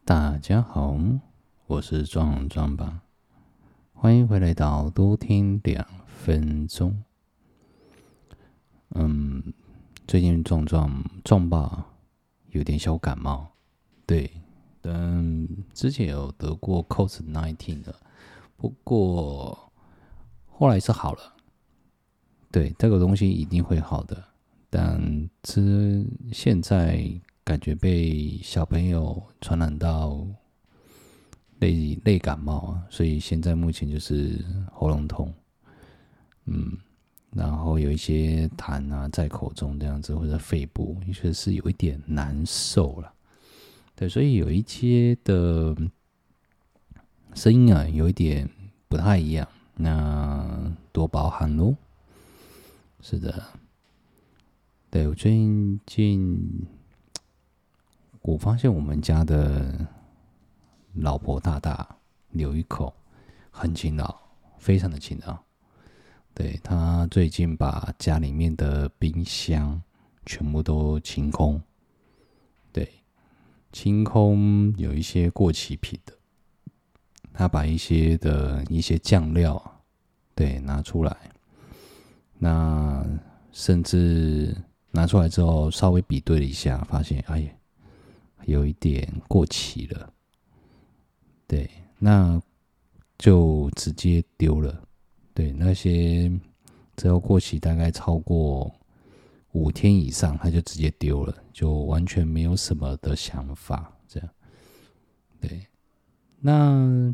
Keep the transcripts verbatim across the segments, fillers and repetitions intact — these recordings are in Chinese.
大家好，我是壮壮吧，欢迎回来到多听两分钟。嗯，最近壮壮壮爸有点小感冒，对，嗯，之前有得过 C O V I D 十九 的，不过后来是好了。对，这个东西一定会好的，但这现在感觉被小朋友传染到类类感冒啊，所以现在目前就是喉咙痛，嗯，然后有一些痰啊在口中这样子，或者肺部，确实是有一点难受了。对，所以有一些的声音啊，有一点不太一样，那多包涵咯。是的，对，我最近我发现我们家的老婆大大刘一口很勤劳，非常的勤劳。对，他最近把家里面的冰箱全部都清空，对，清空有一些过期品的，他把一些的一些酱料，对，拿出来，那甚至拿出来之后稍微比对了一下，发现哎，有一点过期了，对，那就直接丢了。对，那些只要过期大概超过五天以上，他就直接丢了，就完全没有什么的想法。这样，对。那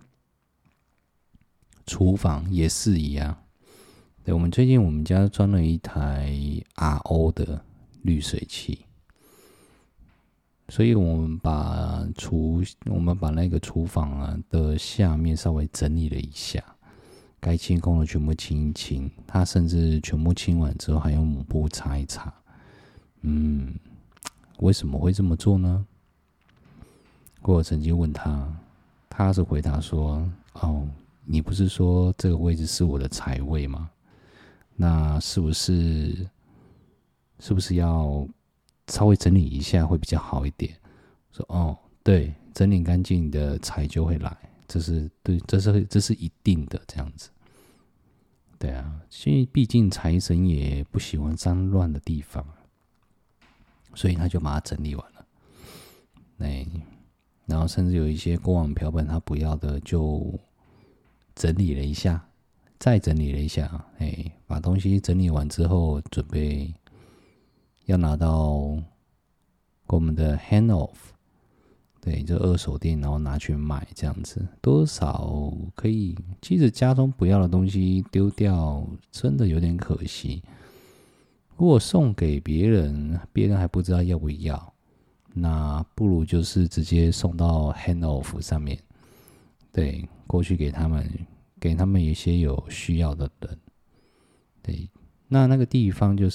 厨房也是一样。对，我们最近我们家装了一台 R O 的滤水器，所以我们把厨我们把那个厨房啊的下面稍微整理了一下。该清空的全部清一清，他甚至全部清完之后还用抹布擦一擦。嗯，为什么会这么做呢？我曾经问他，他是回答说：“哦，你不是说这个位置是我的财位吗？那是不是是不是要稍微整理一下会比较好一点？”说：“哦，对，整理干净的财就会来。”这是对，这是这是一定的这样子，对啊，因为毕竟财神也不喜欢脏乱的地方，所以他就把它整理完了。哎，然后甚至有一些过往瓢盆他不要的，就整理了一下，再整理了一下，哎，把东西整理完之后，准备要拿到我们的 hand off。对，就二手店，然后拿去卖，这样子多少可以。其实家中不要的东西丢掉，真的有点可惜。如果送给别人，别人还不知道要不要，那不如就是直接送到 hand off 上面，对，过去给他们，给他们一些有需要的人。对，那那个地方就是，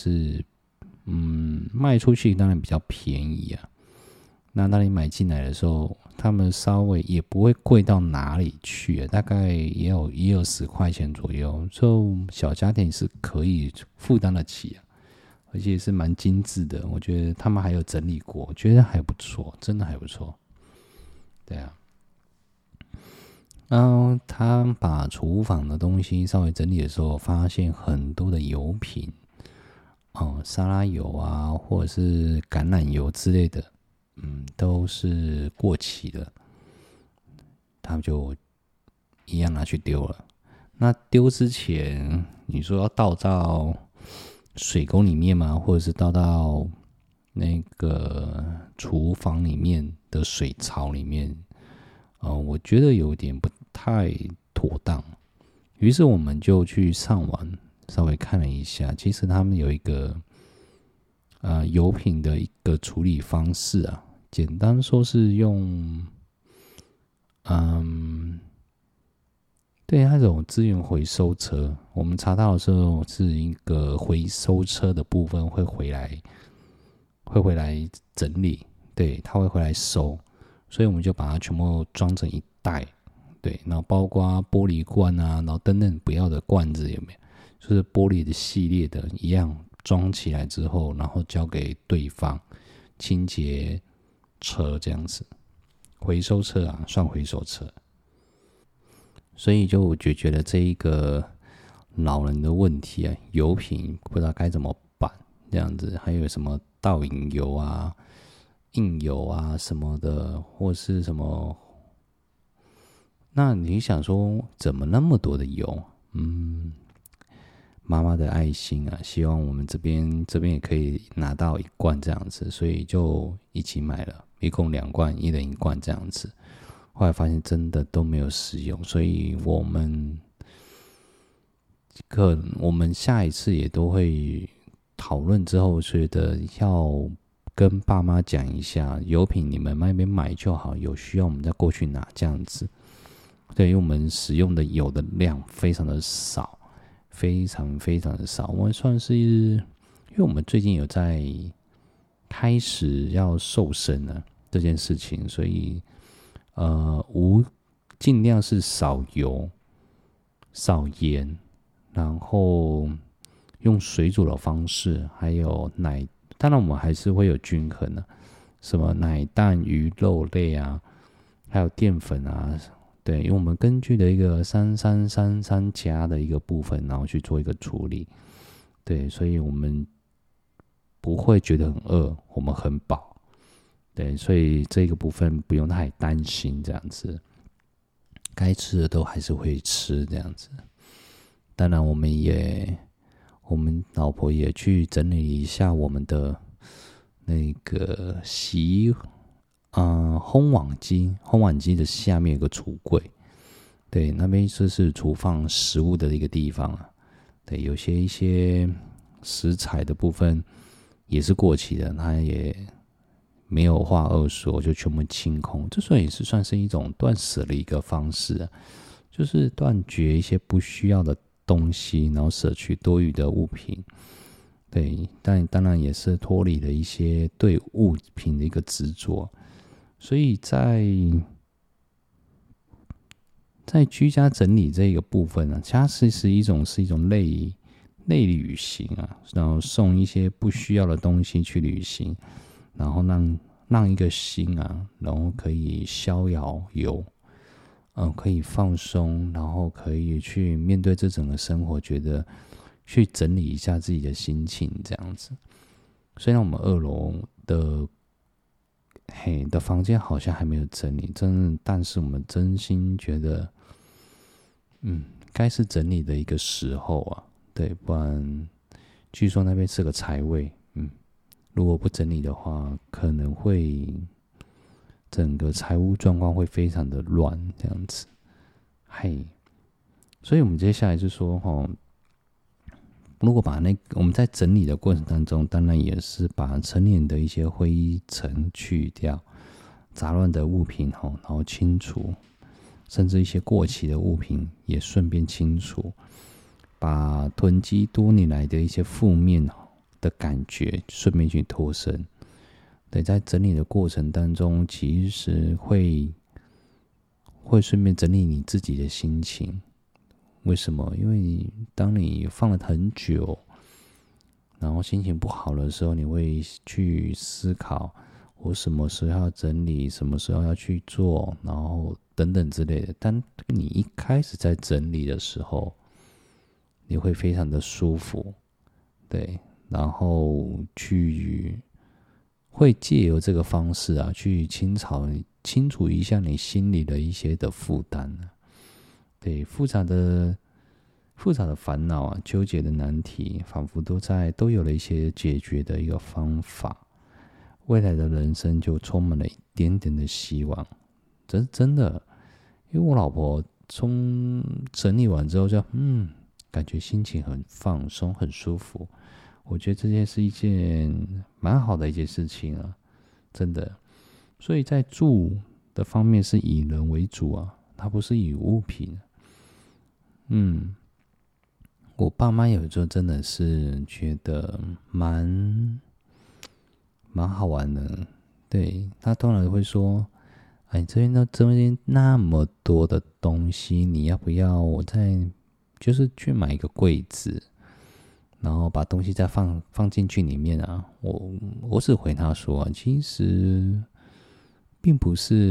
嗯，卖出去当然比较便宜啊。那那里买进来的时候，他们稍微也不会贵到哪里去、啊，大概也有也有十块钱左右，就小家庭是可以负担得起啊，而且是蛮精致的。我觉得他们还有整理过，我觉得还不错，真的还不错。对啊，然后他把厨房的东西稍微整理的时候，发现很多的油品，哦，沙拉油啊，或者是橄榄油之类的。嗯，都是过期的，他们就一样拿去丢了。那丢之前，你说要倒到水沟里面吗？或者是倒到那个厨房里面的水槽里面？呃，我觉得有点不太妥当。于是我们就去上网稍微看了一下，其实他们有一个呃油品的一个处理方式啊。简单说是用，嗯，对，那种资源回收车，我们查到的时候是一个回收车的部分会回来，会回来整理，对，它会回来收，所以我们就把它全部装成一袋，对，然后包括玻璃罐啊，然后等等不要的罐子有没有，就是玻璃的系列的一样装起来之后，然后交给对方清洁车这样子， 回收车啊，算回收车。所以就我就觉得这一个老人的问题啊，油品不知道该怎么办这样子，还有什么倒影油啊、印油啊什么的，或是什么，那你想说怎么那么多的油？嗯，妈妈的爱心啊，希望我们这边这边也可以拿到一罐这样子，所以就一起买了，一共两罐，一人一罐这样子。后来发现真的都没有使用，所以我们可我们下一次也都会讨论之后，觉得要跟爸妈讲一下，油品你们那边买就好，有需要我们再过去拿这样子。对，因为我们使用的油的量非常的少，非常非常的少。我们算是，因为我们最近有在开始要瘦身了这件事情，所以呃，无尽量是少油、少盐，然后用水煮的方式，还有奶，当然我们还是会有均衡的、啊，什么奶蛋、鱼肉类啊，还有淀粉啊。对，因为我们根据的一个三三三三加的一个部分，然后去做一个处理。对，所以我们不会觉得很饿，我们很饱。对，所以这个部分不用太担心，这样子，该吃的都还是会吃，这样子。当然，我们也，我们老婆也去整理一下我们的那个洗。呃，烘碗机，烘碗机的下面有个橱柜，对，那边就是储放食物的一个地方啊。对，有些一些食材的部分也是过期的，它也没有画二说，就全部清空。这算也是算是一种断舍的一个方式啊，就是断绝一些不需要的东西，然后舍去多余的物品。对，但当然也是脱离了一些对物品的一个执着。所以在在居家整理这个部分呢、啊，它其实一种是一种类类旅行啊，然后送一些不需要的东西去旅行，然后让让一个心啊，然后可以逍遥游，嗯、呃，可以放松，然后可以去面对这整个生活，觉得去整理一下自己的心情这样子。虽然我们二楼的。嘿的房间好像还没有整理，真，但是我们真心觉得，嗯，该是整理的一个时候啊，对，不然据说那边是个财位，嗯，如果不整理的话，可能会整个财务状况会非常的乱，这样子，嘿，所以我们接下来就说，哈。如果把那我们在整理的过程当中，当然也是把成年的一些灰尘去掉，杂乱的物品然后清除，甚至一些过期的物品也顺便清除，把囤积多年来的一些负面的感觉顺便去脱身。对，在整理的过程当中，其实会会顺便整理你自己的心情。为什么？因为当你放了很久，然后心情不好的时候，你会去思考我什么时候要整理，什么时候要去做，然后等等之类的。但你一开始在整理的时候，你会非常的舒服，对，然后去会借由这个方式啊，去清扫清除一下你心里的一些的负担。对，复杂的复杂的烦恼啊，纠结的难题，仿佛都在都有了一些解决的一个方法。未来的人生就充满了一点点的希望，这是真的。因为我老婆从整理完之后就，嗯，感觉心情很放松，很舒服。我觉得这件是一件蛮好的一件事情啊，真的。所以在住的方面是以人为主啊，它不是以物品。嗯，我爸妈有时候真的是觉得蛮蛮好玩的。对，他通常会说：“哎，这边都这边那么多的东西，你要不要我再就是去买一个柜子，然后把东西再放放进去里面啊？”我我只回他说，其实并不是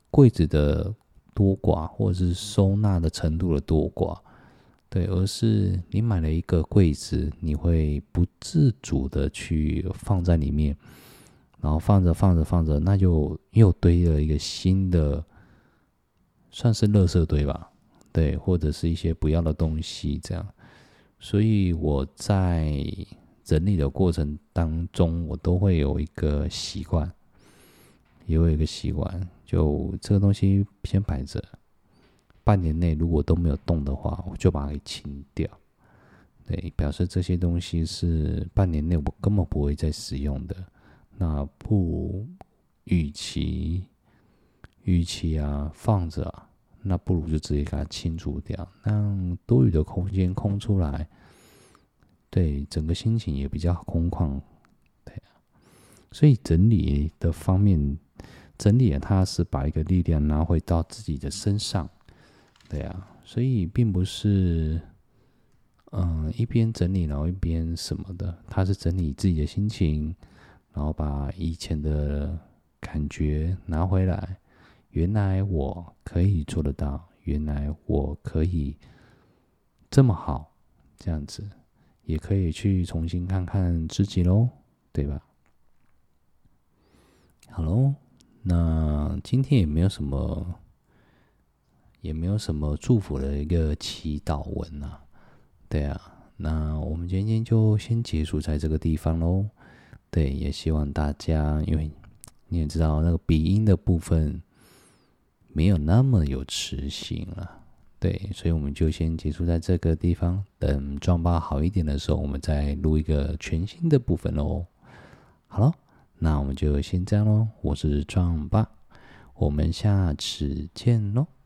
柜子的多寡，或者是收纳的程度的多寡，对，而是你买了一个柜子，你会不自主的去放在里面，然后放着放着放着，那就又堆了一个新的，算是垃圾堆吧，对，或者是一些不要的东西这样。所以我在整理的过程当中，我都会有一个习惯，也有一个习惯，就这个东西先摆着，半年内如果都没有动的话，我就把它给清掉。对，表示这些东西是半年内我根本不会再使用的。那不，与其与其啊放着啊，那不如就直接给它清除掉，让多余的空间空出来。对，整个心情也比较空旷。对啊，所以整理的方面，整理它是把一个力量拿回到自己的身上。对啊，所以并不是，嗯，一边整理然后一边什么的，它是整理自己的心情，然后把以前的感觉拿回来。原来我可以做得到，原来我可以这么好，这样子也可以去重新看看自己咯，对吧？好咯，那今天也没有什么。也没有什么祝福的一个祈祷文啊，对啊，那我们今天就先结束在这个地方咯。对，也希望大家，因为你也知道那个鼻音的部分没有那么有磁性了，对，所以我们就先结束在这个地方，等壮爸好一点的时候，我们再录一个全新的部分咯。好咯，那我们就先这样咯，我是壮爸，我们下次见咯。